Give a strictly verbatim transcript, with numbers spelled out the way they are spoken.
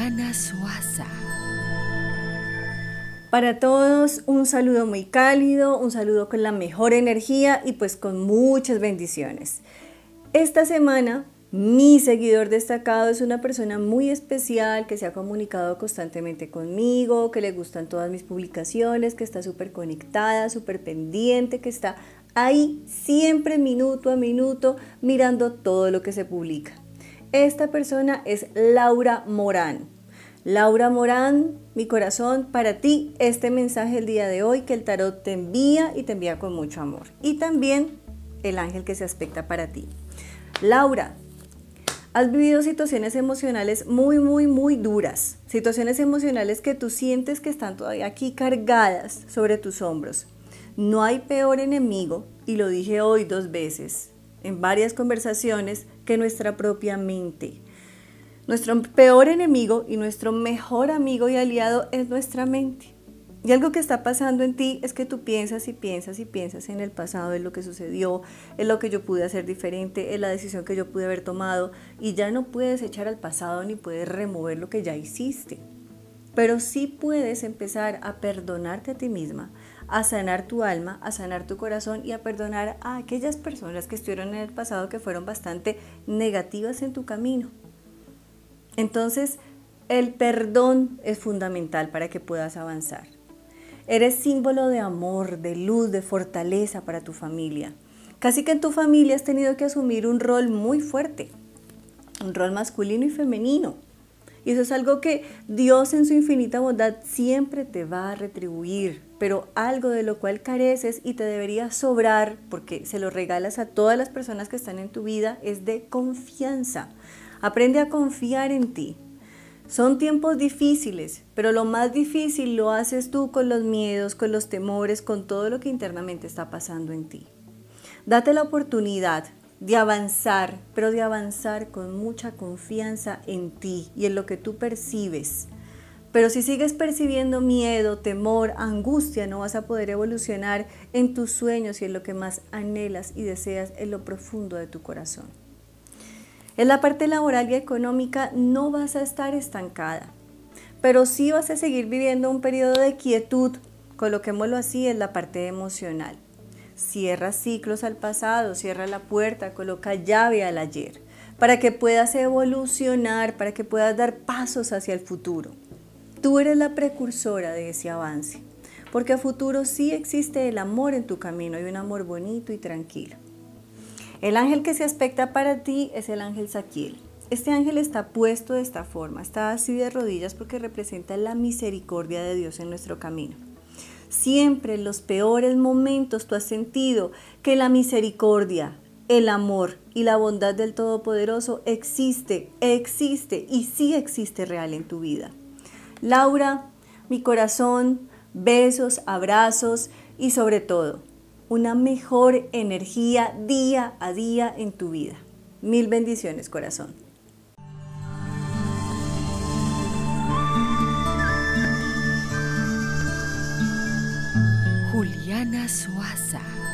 Juliana Suaza. Para todos, un saludo muy cálido, un saludo con la mejor energía y pues con muchas bendiciones. Esta semana, mi seguidor destacado es una persona muy especial que se ha comunicado constantemente conmigo, que le gustan todas mis publicaciones, que está súper conectada, súper pendiente, que está ahí siempre minuto a minuto mirando todo lo que se publica. Esta persona es Laura Morán. Laura Morán, mi corazón, para ti este mensaje el día de hoy que el tarot te envía y te envía con mucho amor. Y también el ángel que se aspecta para ti. Laura, has vivido situaciones emocionales muy, muy, muy duras. Situaciones emocionales que tú sientes que están todavía aquí cargadas sobre tus hombros. No hay peor enemigo, y lo dije hoy dos veces, en varias conversaciones, que nuestra propia mente. Nuestro peor enemigo y nuestro mejor amigo y aliado es nuestra mente. Y algo que está pasando en ti es que tú piensas y piensas y piensas en el pasado, en lo que sucedió, en lo que yo pude hacer diferente, en la decisión que yo pude haber tomado, y ya no puedes echar al pasado ni puedes remover lo que ya hiciste. Pero sí puedes empezar a perdonarte a ti misma, a sanar tu alma, a sanar tu corazón y a perdonar a aquellas personas que estuvieron en el pasado que fueron bastante negativas en tu camino. Entonces, el perdón es fundamental para que puedas avanzar. Eres símbolo de amor, de luz, de fortaleza para tu familia. Casi que en tu familia has tenido que asumir un rol muy fuerte, un rol masculino y femenino. Y eso es algo que Dios en su infinita bondad siempre te va a retribuir, pero algo de lo cual careces y te debería sobrar, porque se lo regalas a todas las personas que están en tu vida, es de confianza. Aprende a confiar en ti. Son tiempos difíciles, pero lo más difícil lo haces tú con los miedos, con los temores, con todo lo que internamente está pasando en ti. Date la oportunidad de avanzar, pero de avanzar con mucha confianza en ti y en lo que tú percibes. Pero si sigues percibiendo miedo, temor, angustia, no vas a poder evolucionar en tus sueños y en lo que más anhelas y deseas en lo profundo de tu corazón. En la parte laboral y económica no vas a estar estancada, pero sí vas a seguir viviendo un periodo de quietud, coloquémoslo así, en la parte emocional. Cierra ciclos al pasado, cierra la puerta, coloca llave al ayer, para que puedas evolucionar, para que puedas dar pasos hacia el futuro. Tú eres la precursora de ese avance, porque a futuro sí existe el amor en tu camino y un amor bonito y tranquilo. El ángel que se aspecta para ti es el ángel Zaquiel. Este ángel está puesto de esta forma, está así de rodillas porque representa la misericordia de Dios en nuestro camino. Siempre en los peores momentos tú has sentido que la misericordia, el amor y la bondad del Todopoderoso existe, existe y sí existe real en tu vida. Laura, mi corazón, besos, abrazos y sobre todo, una mejor energía día a día en tu vida. Mil bendiciones, corazón. Juliana Suaza.